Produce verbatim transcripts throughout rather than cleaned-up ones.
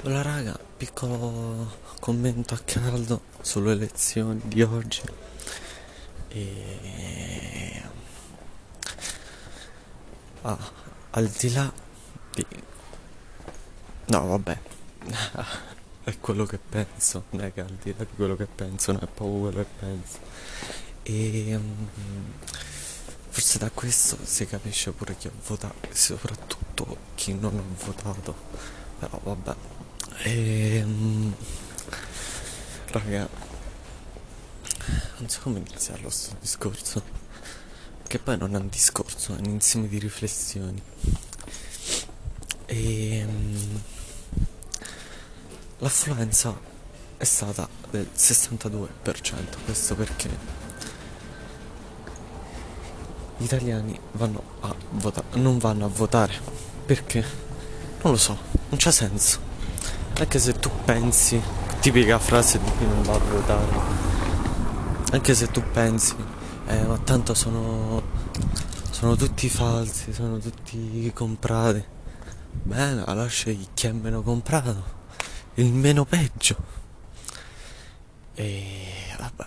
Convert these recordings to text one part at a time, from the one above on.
Allora raga, piccolo commento a caldo sulle elezioni di oggi e ah, al di là di... no vabbè, è quello che penso, non è che al di là di quello che penso, non è proprio quello che penso. E mm, forse da questo si capisce pure chi ha votato e soprattutto chi non ha votato, però vabbè. E, mm, raga, non so come iniziarlo sto discorso, che poi non è un discorso, è un insieme di riflessioni. E mm, l'affluenza è stata del sessantadue per cento, questo perché gli italiani vanno a votare, non vanno a votare, perché? Non lo so, non c'ha senso. Anche se tu pensi, tipica frase di chi non va a votare, anche se tu pensi, eh, ma tanto sono, sono tutti falsi, sono tutti comprati. Bene, allora scegli chi è meno comprato, il meno peggio. E vabbè.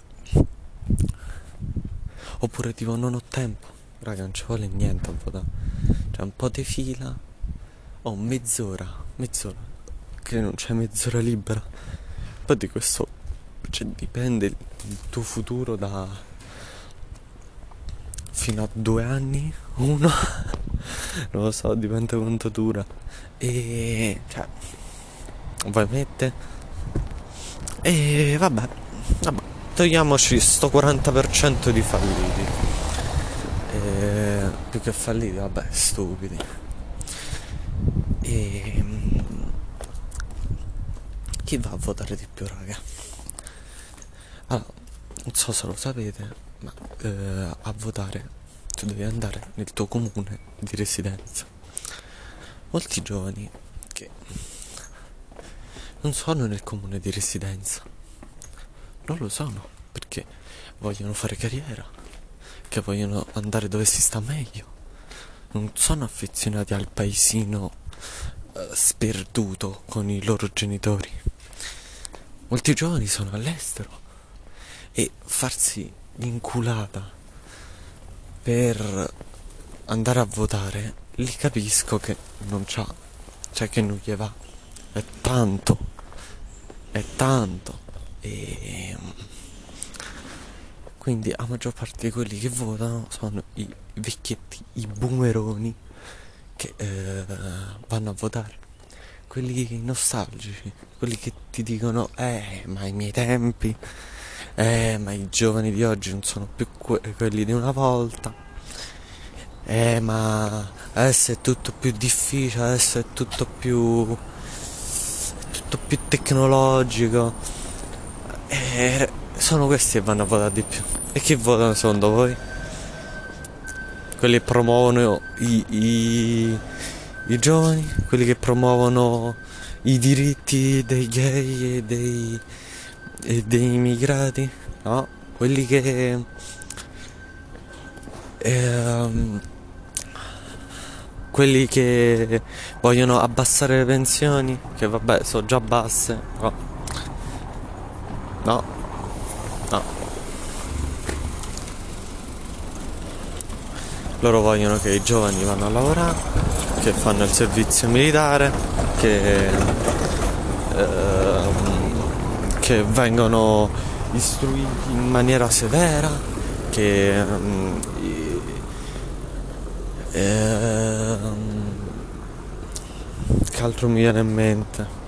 Oppure tipo non ho tempo. Raga, non ci vuole niente a votare. Cioè un po' di fila. Ho oh, mezz'ora. Mezz'ora. Che non c'è mezz'ora libera. Poi di questo, cioè, dipende il tuo futuro da fino a due anni, uno, non lo so, dipende quanto dura. E cioè, ovviamente. E vabbè, vabbè, togliamoci sto quaranta per cento di falliti. E, più che falliti, vabbè, stupidi. E chi va a votare di più, raga? Allora, non so se lo sapete, ma eh, a votare tu devi andare nel tuo comune di residenza. Molti giovani che non sono nel comune di residenza, non lo sono perché vogliono fare carriera, che vogliono andare dove si sta meglio, non sono affezionati al paesino eh, sperduto con i loro genitori. Molti giovani sono all'estero e farsi l'inculata per andare a votare, li capisco che non c'ha, cioè che non gli va, è tanto, è tanto. E quindi la maggior parte di quelli che votano sono i vecchietti, i boomeroni che eh, vanno a votare, quelli nostalgici, quelli che ti dicono eh ma ai miei tempi, eh ma i giovani di oggi non sono più que- quelli di una volta, eh ma adesso è tutto più difficile, adesso è tutto più tutto più tecnologico. Eh, sono questi che vanno a votare di più. E chi votano secondo voi? Quelli che promuovono i, i, i giovani, quelli che promuovono i diritti dei gay e dei, e dei immigrati, no? Quelli che ehm, quelli che vogliono abbassare le pensioni, che vabbè sono già basse, no, no, no. Loro vogliono che i giovani vanno a lavorare, che fanno il servizio militare, che, ehm, che vengono istruiti in maniera severa, che, ehm, i- ehm, che altro mi viene in mente?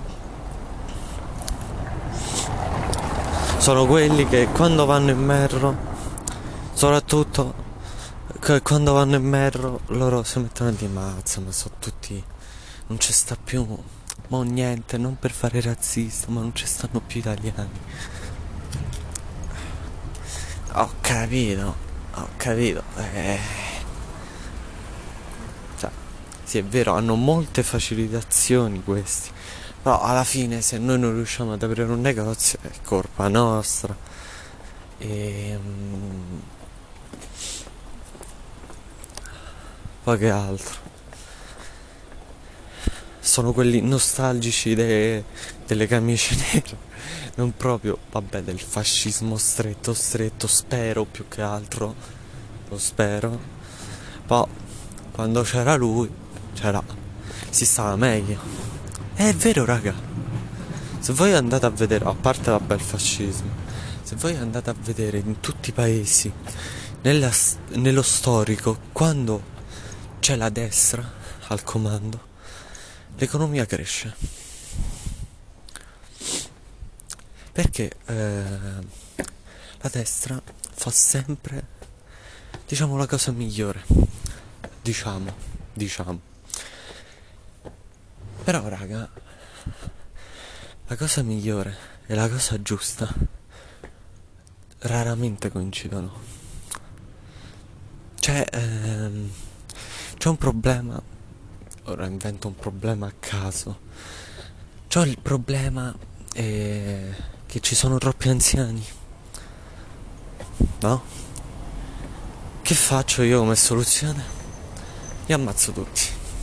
Sono quelli che quando vanno in metro, soprattutto che quando vanno in metro, loro si mettono a dire mazza, ma sono tutti, non ci sta più, ma niente, non per fare razzista, ma non ci stanno più italiani. Ho capito, ho capito, eh, cioè, sì è vero, hanno molte facilitazioni questi, però alla fine se noi non riusciamo ad aprire un negozio è colpa nostra. E mm, poi che altro? sono quelli nostalgici de- delle camicie nere, non proprio, vabbè, del fascismo stretto, stretto, spero più che altro, lo spero. Poi, quando c'era lui, c'era, si stava meglio. È vero, raga, se voi andate a vedere, a parte vabbè il fascismo, se voi andate a vedere in tutti i paesi, nella s- nello storico, quando c'è la destra al comando, l'economia cresce. Perché eh, la destra fa sempre, diciamo, la cosa migliore. Diciamo, diciamo. Però, raga, la cosa migliore e la cosa giusta raramente coincidono. Cioè, ehm, c'è un problema, ora invento un problema a caso. C'ho il problema eh, che ci sono troppi anziani, no? Che faccio io come soluzione? Li ammazzo tutti.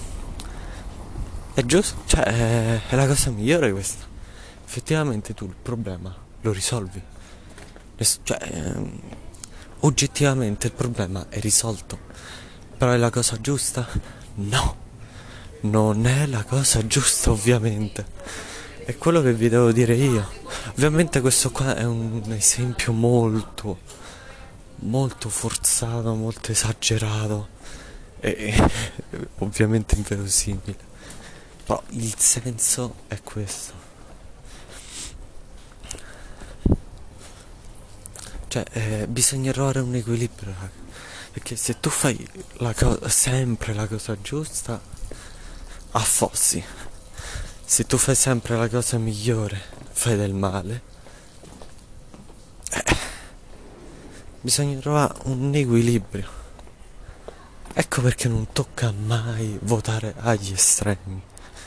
È giusto? Cioè, è, è la cosa migliore questa. Effettivamente tu il problema lo risolvi. Ris- Cioè, ehm, oggettivamente il problema è risolto. Però è la cosa giusta? No, non è la cosa giusta ovviamente. È quello che vi devo dire io. Ovviamente questo qua è un esempio molto, molto forzato, molto esagerato e, e ovviamente inverosimile. Però il senso è questo. Cioè, eh, bisogna trovare un equilibrio, raga. Perché se tu fai la co- sempre la cosa giusta, affossi. Se tu fai sempre la cosa migliore, fai del male. Bisogna trovare un equilibrio. Ecco perché non tocca mai votare agli estremi.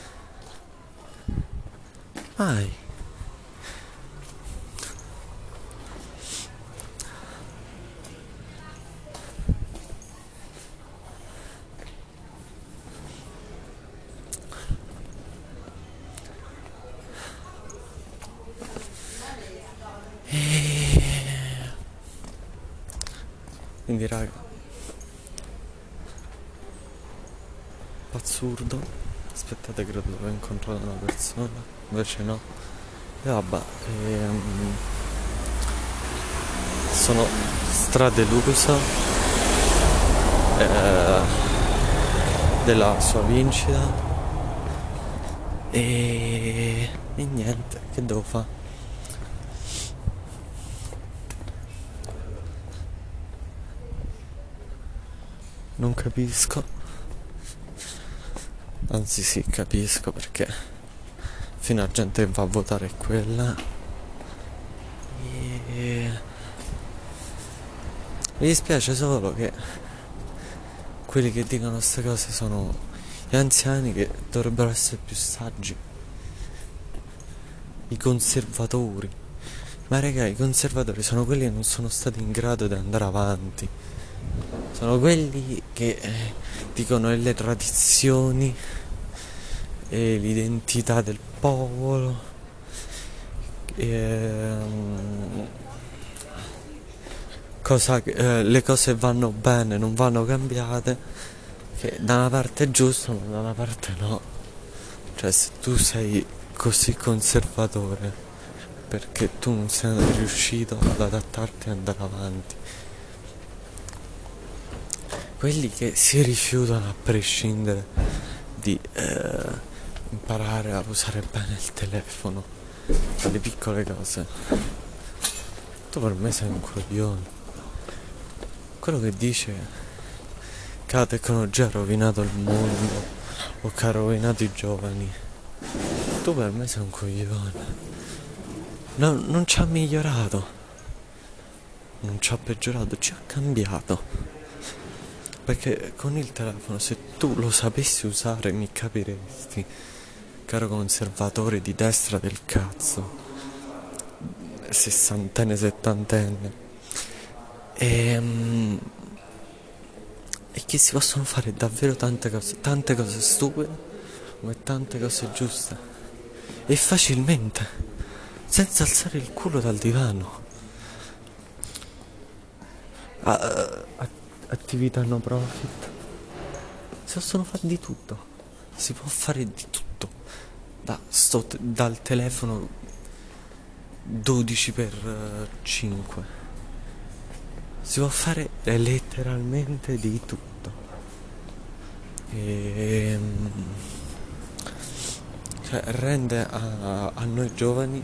Mai. Quindi raga, pazzurdo. Aspettate che devo incontrare una persona. Invece no. E vabbè, ehm, sono stradeluso eh, della sua vincita. E, e niente, che devo fare? Non capisco. Anzi sì, capisco perché fino a gente che va a votare è quella. E mi dispiace solo che quelli che dicono queste cose sono gli anziani che dovrebbero essere più saggi, i conservatori. Ma raga, i conservatori sono quelli che non sono stati in grado di andare avanti. Sono quelli che eh, dicono le tradizioni e l'identità del popolo. Ehm, cosa, che- eh, le cose vanno bene, non vanno cambiate. Che da una parte è giusto, ma da una parte no. Cioè, se tu sei così conservatore, perché tu non sei riuscito ad adattarti e andare avanti. Quelli che si rifiutano a prescindere di eh, imparare a usare bene il telefono, le piccole cose. Tu per me sei un coglione. Quello che dice che la tecnologia ha rovinato il mondo o che ha rovinato i giovani. Tu per me sei un coglione. No, non ci ha migliorato, non ci ha peggiorato, ci ha cambiato. Perché con il telefono, se tu lo sapessi usare, mi capiresti, caro conservatore di destra del cazzo, sessantenne, settantenne. E, mm, e che si possono fare davvero tante cose, tante cose stupide, come tante cose giuste e facilmente, senza alzare il culo dal divano. A- a- attività no profit, si possono fare di tutto, si può fare di tutto, da, sto te- dal telefono dodici per cinque, si può fare letteralmente di tutto. E cioè rende a, a noi giovani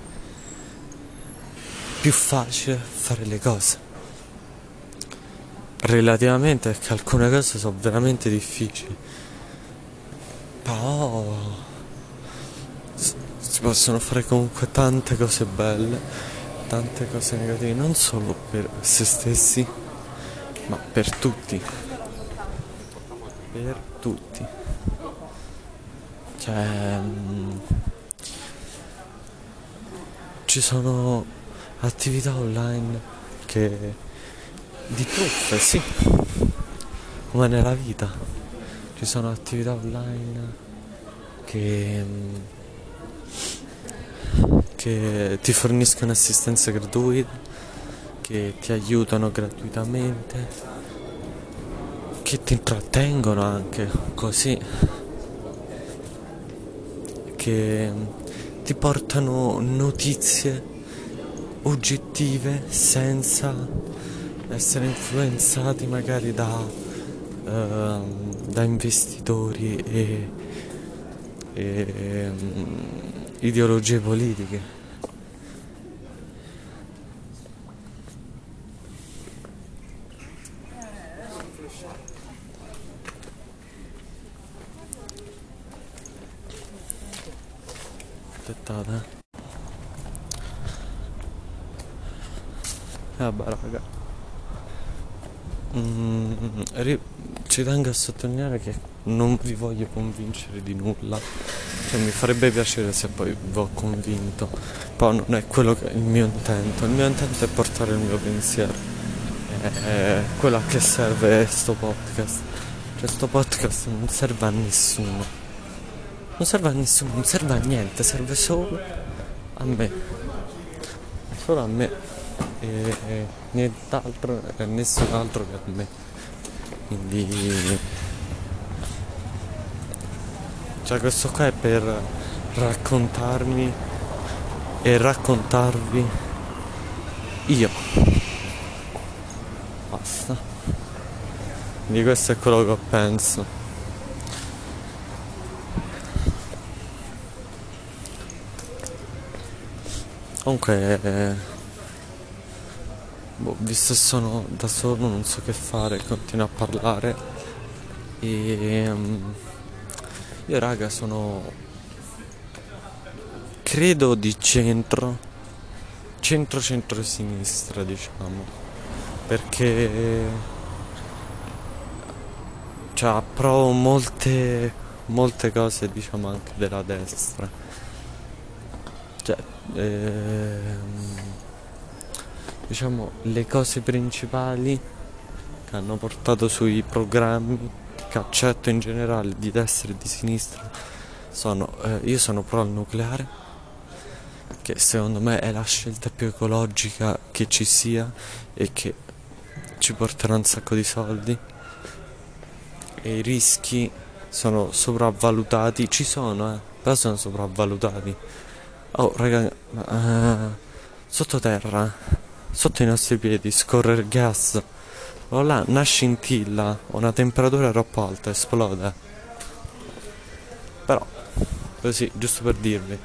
più facile fare le cose relativamente, perché alcune cose sono veramente difficili, però s- si possono fare comunque tante cose belle, tante cose negative, non solo per se stessi ma per tutti, per tutti. Cioè mm, ci sono attività online che di truffe, sì, come nella vita. Ci sono attività online che, mm, che ti forniscono assistenza gratuita, che ti aiutano gratuitamente, che ti intrattengono anche così, che mm, ti portano notizie oggettive senza essere influenzati magari da, ehm, da investitori e, e mm, ideologie politiche. Aspettate. Eh, vabbè, raga. Mm, ri- ci tengo a sottolineare che non vi voglio convincere di nulla. Cioè, mi farebbe piacere se poi vi ho convinto. Poi non è quello che è il mio intento. Il mio intento è portare il mio pensiero. È quello a che serve sto podcast. Cioè, sto podcast non serve a nessuno. Non serve a nessuno, non serve a niente, serve solo a me. Solo a me. E, e nient'altro e nessun altro che a me. Quindi, cioè, questo qua è per raccontarmi e raccontarvi io. Basta. Quindi questo è quello che penso. Comunque, eh, boh, visto che sono da solo, non so che fare, continuo a parlare. E um, io, raga, sono credo di centro, centro-centro-sinistra, diciamo, perché cioè, approvo molte, molte cose, diciamo, anche della destra. Cioè, ehm, diciamo, le cose principali che hanno portato sui programmi che accetto in generale di destra e di sinistra sono, eh, io sono pro al nucleare, che secondo me è la scelta più ecologica che ci sia e che ci porterà un sacco di soldi, e i rischi sono sopravvalutati, ci sono, eh, però sono sopravvalutati. Oh, raga, ma, eh, sottoterra, sotto i nostri piedi, scorre il gas. O là, una scintilla, o una temperatura troppo alta, esplode. Però, così, giusto per dirvi.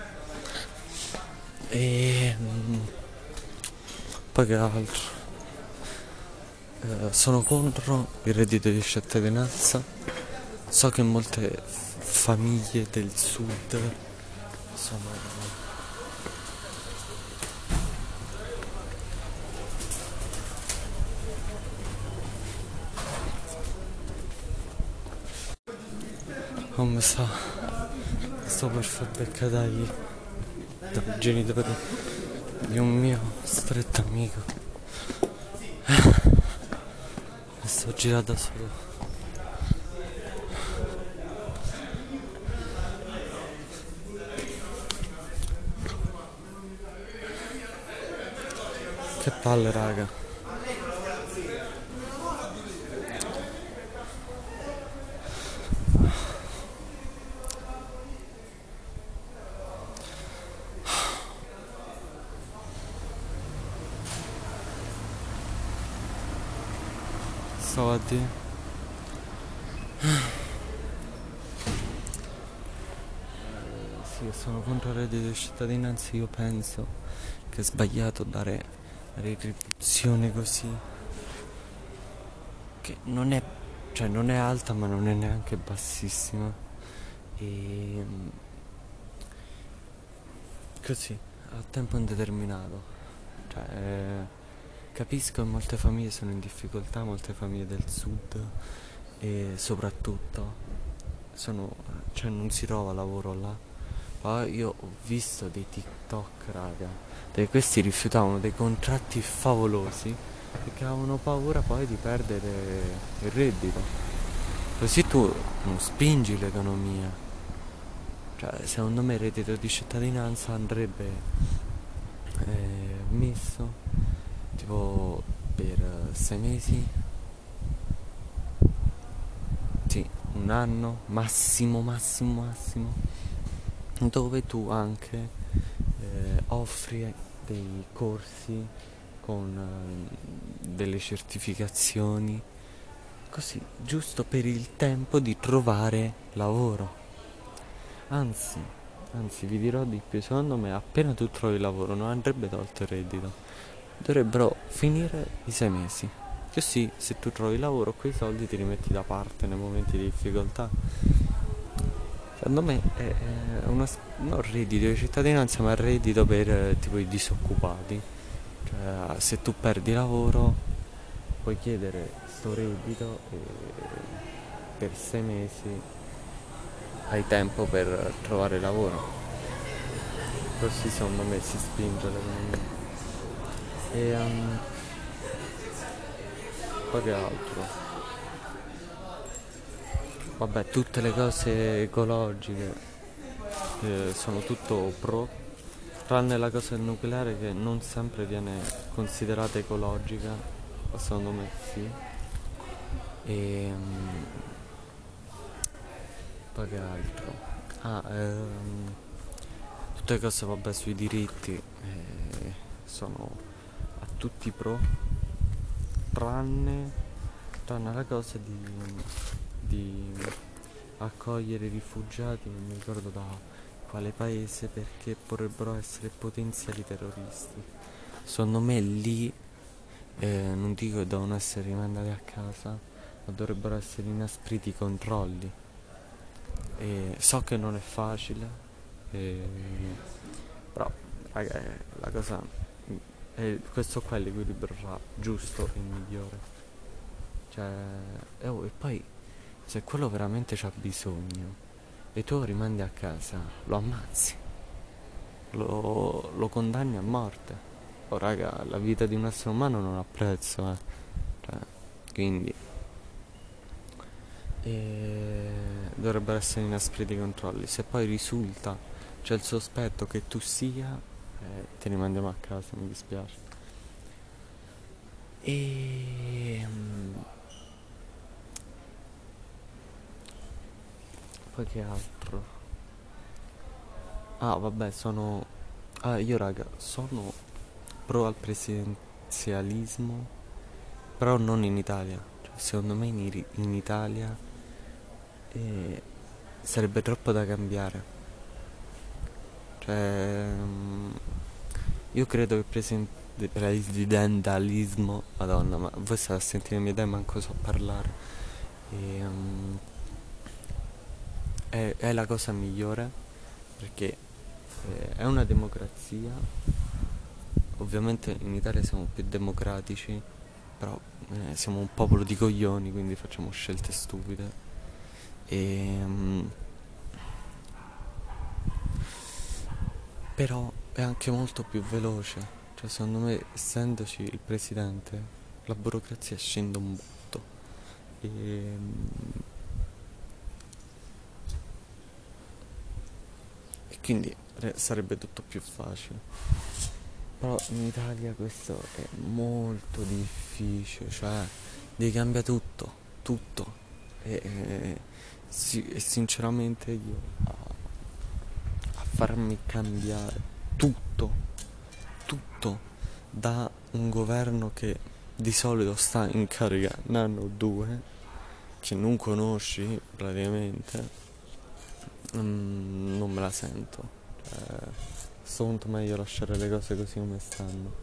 E poi che altro? Eh, sono contro il reddito di cittadinanza. So che molte famiglie del sud sono come sta, sto per far beccare dai, dai genitori di un mio stretto amico e sto girando da solo. Che palle, raga. Stavo a dire. Sì, io sono contro il reddito di cittadinanza, io penso che è sbagliato dare retribuzione così, che non è, cioè non è alta ma non è neanche bassissima. E così, a tempo indeterminato. Cioè, eh, capisco che molte famiglie sono in difficoltà, molte famiglie del sud e soprattutto sono, cioè non si trova lavoro là. Poi io ho visto dei TikTok, raga, dove questi rifiutavano dei contratti favolosi perché avevano paura poi di perdere il reddito. Così tu non spingi l'economia. Cioè, secondo me il reddito di cittadinanza andrebbe eh, messo tipo per eh, sei mesi, sì, un anno, massimo, massimo, massimo, dove tu anche eh, offri dei corsi con eh, delle certificazioni, così, giusto per il tempo di trovare lavoro. Anzi, anzi, vi dirò di più, secondo me appena tu trovi lavoro non andrebbe tolto il reddito, dovrebbero finire i sei mesi. Così se tu trovi lavoro quei soldi ti rimetti da parte nei momenti di difficoltà. Secondo me è è uno, s- non reddito di cittadinanza ma reddito per eh, tipo i disoccupati. Cioè se tu perdi lavoro puoi chiedere sto reddito e per sei mesi hai tempo per trovare lavoro. Così secondo me si spinge l'economia. E um, poi che altro? Vabbè, tutte le cose ecologiche eh, sono tutto pro, tranne la cosa del nucleare che non sempre viene considerata ecologica, ma secondo me sì. E um, poi che altro? Ah, ehm, tutte cose vabbè sui diritti eh, sono a tutti pro, tranne, tranne la cosa di, di accogliere i rifugiati, non mi ricordo da quale paese, perché potrebbero essere potenziali terroristi. Secondo me lì eh, non dico che devono essere rimandati a casa, ma dovrebbero essere inaspriti i controlli. E so che non è facile, e- però raga, è la cosa è, questo qua è l'equilibrio tra giusto e migliore. Cioè, e, oh, e poi se quello veramente c'ha bisogno e tu lo rimandi a casa, lo ammazzi, lo, lo condanni a morte. Oh raga, la vita di un essere umano non ha prezzo, eh. Cioè, quindi e dovrebbero essere inaspriti i controlli. Se poi risulta, c'è il sospetto che tu sia, eh, te ne mandiamo a casa, mi dispiace. E mm, poi che altro? Ah, vabbè, sono. Ah, io raga, sono pro al presidenzialismo, però non in Italia. Cioè, secondo me in, Iri- in Italia eh, sarebbe troppo da cambiare. Cioè, mm, io credo che presen- il presidentalismo, madonna, ma voi state a sentire le mie idee, manco so parlare. E, mm, è, è la cosa migliore perché eh, è una democrazia. Ovviamente in Italia siamo più democratici, però eh, siamo un popolo di coglioni, quindi facciamo scelte stupide. E, mm, però è anche molto più veloce. Cioè, secondo me, essendoci il presidente, la burocrazia scende un botto. E, mm, e quindi re- sarebbe tutto più facile. Però in Italia questo è molto difficile, cioè devi cambiare tutto, tutto. E, e, si- e sinceramente io a, a farmi cambiare tutto, tutto da un governo che di solito sta in carica un anno o due, che non conosci praticamente, mm, non me la sento. Cioè, a sto punto meglio lasciare le cose così come stanno.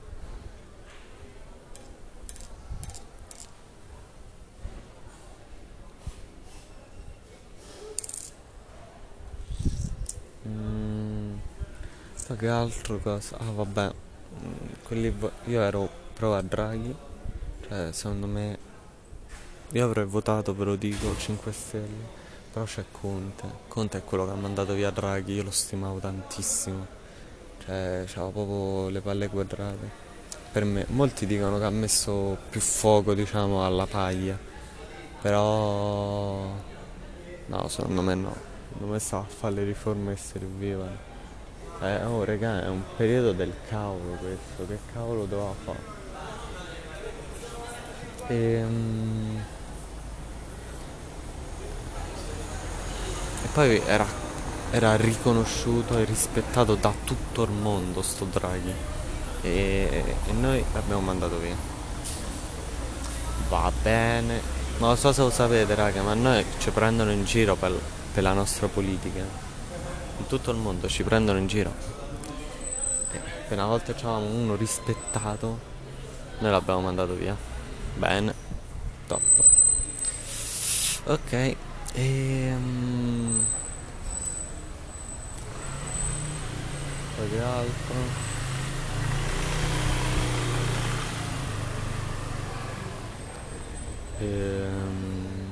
Mm, so che altro cosa? Ah vabbè, mm, quelli vo- io ero pro a Draghi, cioè secondo me io avrei votato, ve lo dico, cinque Stelle, però c'è Conte. Conte è quello che ha mandato via Draghi, io lo stimavo tantissimo, cioè c'aveva proprio le palle quadrate. Per me, molti dicono che ha messo più fuoco, diciamo, alla paglia, però no, secondo me no, secondo me sta a fare le riforme che servivano. Eh, oh, regà, è un periodo del cavolo questo, che cavolo doveva fare? Ehm, E poi era, era riconosciuto e rispettato da tutto il mondo sto Draghi. E, e noi l'abbiamo mandato via. Va bene. Non lo so se lo sapete, raga, ma noi ci prendono in giro per, per la nostra politica. In tutto il mondo ci prendono in giro. E una volta c'avevamo uno rispettato, noi l'abbiamo mandato via. Bene, top. Ok, ehm... poi che altro? Ehm...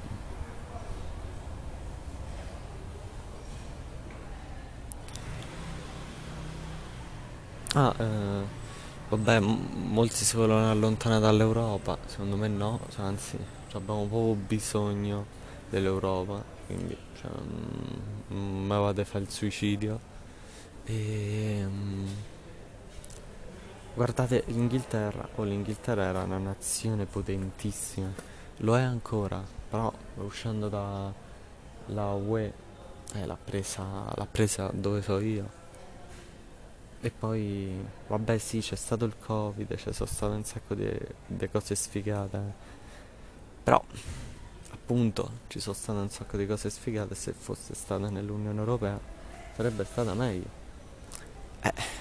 Ah, eh, vabbè, m- molti si vogliono allontanare dall'Europa, secondo me no, cioè, anzi, cioè, abbiamo proprio bisogno dell'Europa, quindi, cioè, mm, mm, me vado a fare il suicidio. E, mm, guardate, l'Inghilterra, o l'Inghilterra era una nazione potentissima, lo è ancora, però uscendo dalla U E, eh, l'ha presa, l'ha presa dove so io. E poi, vabbè sì, c'è stato il Covid, ci sono state un sacco di, di cose sfigate. Però, appunto, ci sono state un sacco di cose sfigate. Se fosse stata nell'Unione Europea, sarebbe stata meglio. Eh,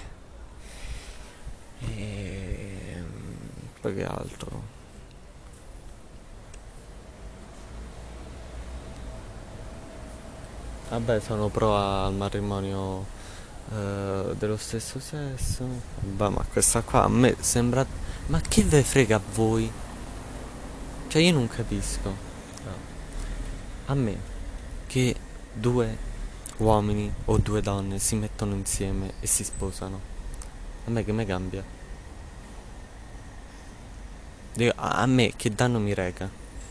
e... poi che altro? Vabbè, sono pro al matrimonio eh, dello stesso sesso. Vabbè, ma questa qua a me sembra... Ma che ve frega a voi? Cioè, io non capisco. No. A me che due uomini o due donne si mettono insieme e si sposano. A me che me cambia? Dico, a a me che danno mi reca?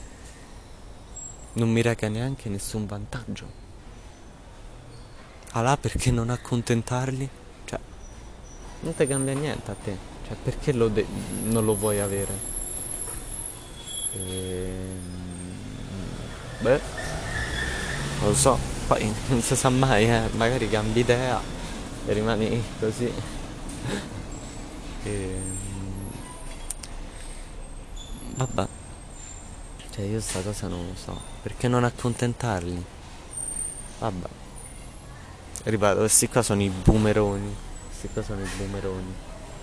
Non mi reca neanche nessun vantaggio. Allora perché non accontentarli? Cioè, non ti cambia niente a te. Cioè, perché lo de- non lo vuoi avere? Ehm, Beh, non lo so. Poi non si sa mai, eh. Magari cambi idea e rimani così. Ehm, Vabbè. Cioè io sta cosa non lo so. Perché non accontentarli? Vabbè. Ripeto, questi qua sono i boomeroni. Questi qua sono i boomeroni.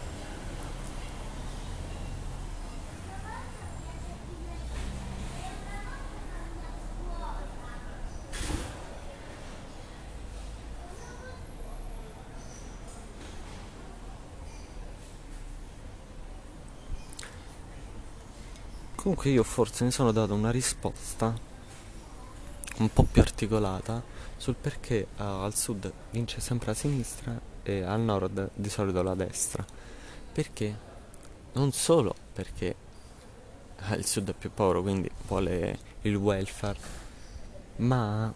Comunque io forse mi sono dato una risposta un po' più articolata sul perché eh, al sud vince sempre la sinistra e al nord di solito la destra. Perché? Non solo perché eh, il sud è più povero, quindi vuole il welfare, ma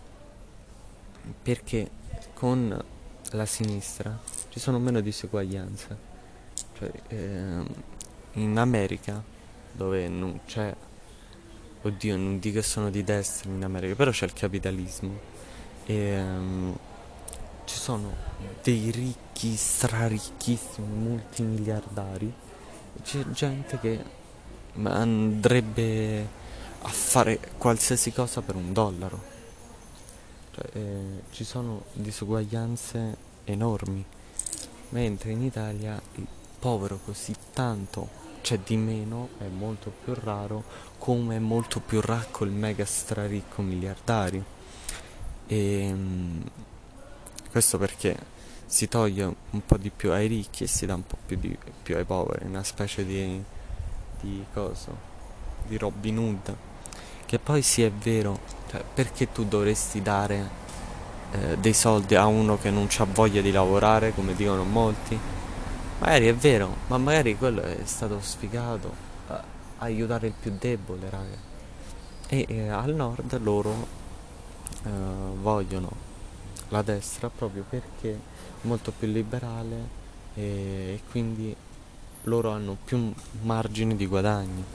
perché con la sinistra ci sono meno diseguaglianze. Cioè, ehm, in America, dove non c'è, oddio, non dico che sono di destra in America, però c'è il capitalismo. E ehm, ci sono dei ricchi, straricchissimi, multimiliardari. C'è gente che andrebbe a fare qualsiasi cosa per un dollaro. Cioè, eh, ci sono disuguaglianze enormi, mentre in Italia il povero così tanto c'è di meno, è molto più raro, come è molto più racco il mega straricco miliardario. E mm, questo perché si toglie un po' di più ai ricchi e si dà un po' più, di, più ai poveri, una specie di, di coso, di Robin Hood. Che poi sì è vero, cioè, perché tu dovresti dare eh, dei soldi a uno che non ha voglia di lavorare, come dicono molti? Magari è vero, ma magari quello è stato sfigato a aiutare il più debole, raga. E eh, al nord loro eh, vogliono la destra proprio perché è molto più liberale e, e quindi loro hanno più margini di guadagno.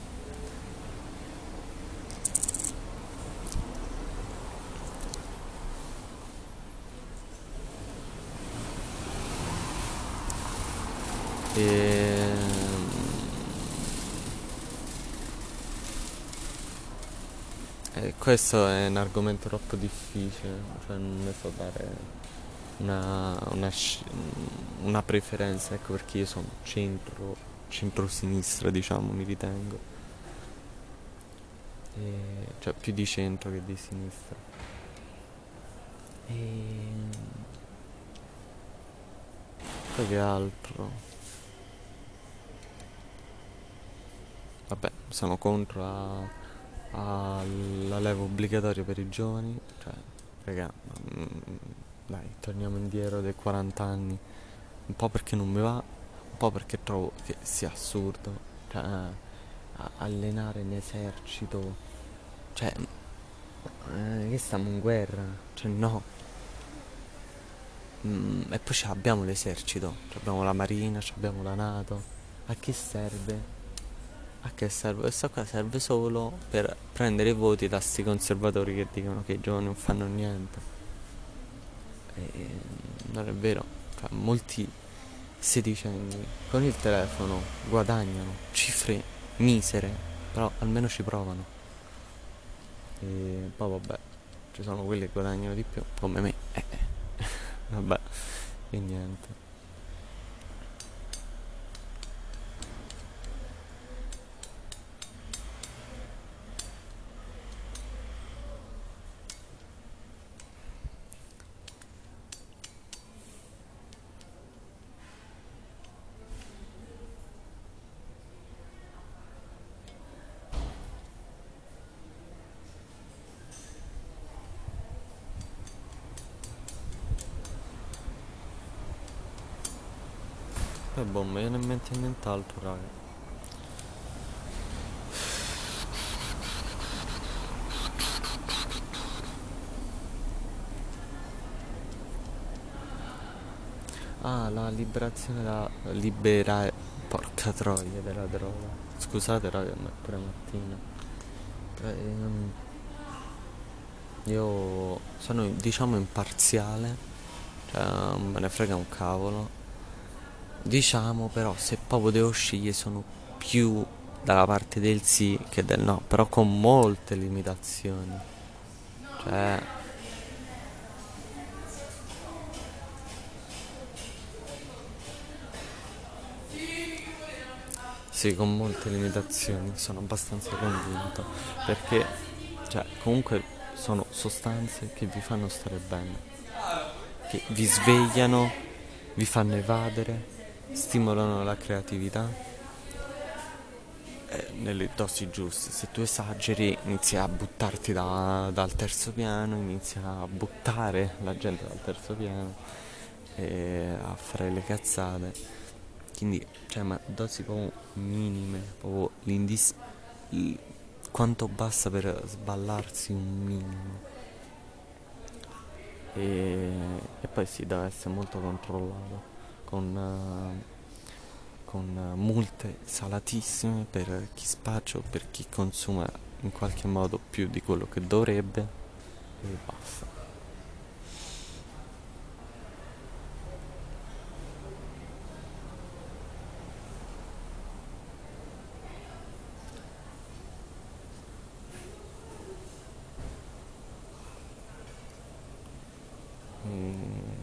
E, e questo è un argomento troppo difficile, cioè non ne so dare una, una, sci- una preferenza, ecco perché io sono centro, centro-sinistra, diciamo, mi ritengo. E, cioè più di centro che di sinistra. E poi che altro? Vabbè, sono contro a- alla leva obbligatoria per i giovani, cioè, raga, mm, dai, torniamo indietro dei quaranta anni, un po' perché non mi va, un po' perché trovo che sia assurdo, cioè, a- allenare in esercito, cioè, eh, che stiamo in guerra, cioè no. Mm, e poi ce abbiamo l'esercito, abbiamo la marina, abbiamo la NATO, a che serve? A che serve? Questa qua serve solo per prendere i voti da sti conservatori che dicono che i giovani non fanno niente. E non è vero. Cioè, molti sedicenni con il telefono guadagnano cifre misere, però almeno ci provano. E poi vabbè, ci sono quelli che guadagnano di più, come me. Eh, eh. Vabbè, e niente. Poi boh, mi viene in mente nient'altro, raga. Ah, la liberazione da libera porca troia della droga. Scusate raga, ma è pure mattina. Ehm, io sono diciamo imparziale, cioè non me ne frega un cavolo. Diciamo però se proprio devo scegliere sono più dalla parte del sì che del no, però con molte limitazioni. Cioè, sì, con molte limitazioni, sono abbastanza convinto, perché, cioè, comunque sono sostanze che vi fanno stare bene, che vi svegliano, vi fanno evadere, stimolano la creatività, eh, nelle dosi giuste. Se tu esageri, inizi a buttarti da- dal terzo piano, inizi a buttare la gente dal terzo piano e a fare le cazzate. Quindi, cioè, ma dosi proprio minime, proprio l'indis... il- quanto basta per sballarsi un minimo. E, e poi sì, deve essere molto controllato con, eh, con multe salatissime per chi spaccia o per chi consuma in qualche modo più di quello che dovrebbe e basta. Mm.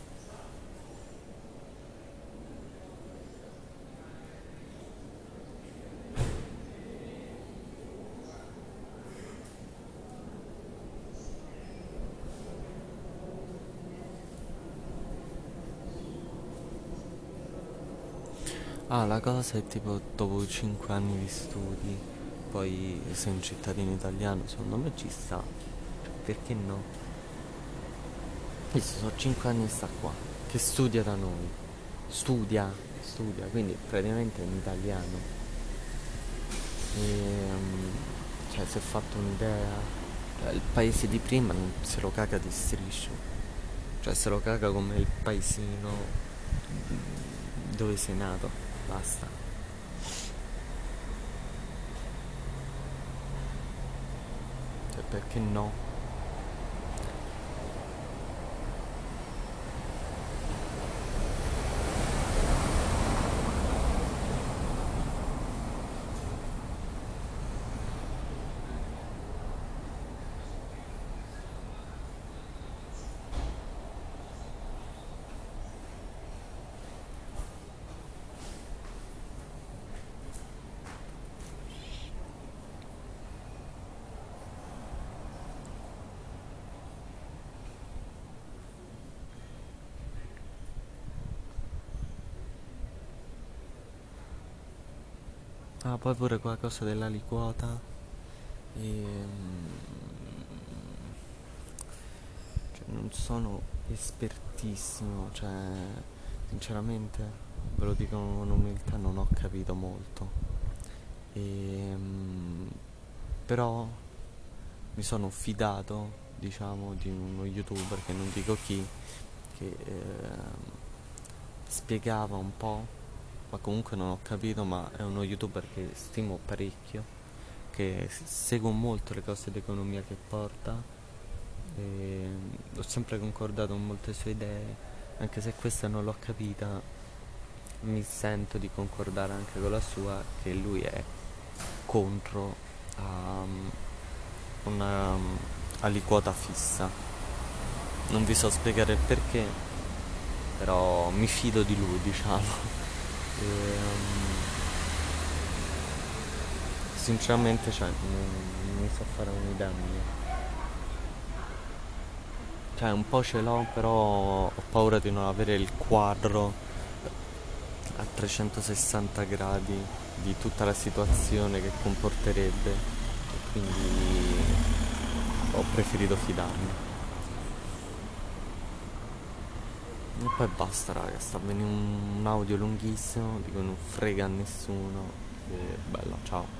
Ah, la cosa è tipo dopo cinque anni di studi, poi sei un cittadino italiano, secondo me ci sta. Cioè, perché no? Questo sono cinque anni e sta qua, che studia da noi. Studia, studia, quindi praticamente è un italiano. E, mm, cioè, si è fatto un'idea. Cioè, il paese di prima non se lo caga di striscio. Cioè, se lo caga come il paesino mm, dove sei nato. Basta. Cioè, perché no? Ah, poi pure quella cosa dell'aliquota. E, cioè, non sono espertissimo, cioè, sinceramente, ve lo dico con umiltà, non ho capito molto. E, però mi sono fidato, diciamo, di uno youtuber che non dico chi, che ehm, spiegava un po', ma comunque non ho capito, ma è uno youtuber che stimo parecchio, che s- seguo molto le cose di economia che porta e ho sempre concordato con molte sue idee, anche se questa non l'ho capita, mi sento di concordare anche con la sua, che lui è contro a una um, aliquota fissa. Non vi so spiegare il perché, però mi fido di lui, diciamo. E, um, sinceramente, cioè, non mi so fare un'idea mia. Cioè, un po' ce l'ho, però ho paura di non avere il quadro a trecentosessanta gradi di tutta la situazione che comporterebbe e quindi ho preferito fidarmi. E poi basta, raga, sta venendo un, un audio lunghissimo di cui non frega a nessuno. E bella, ciao.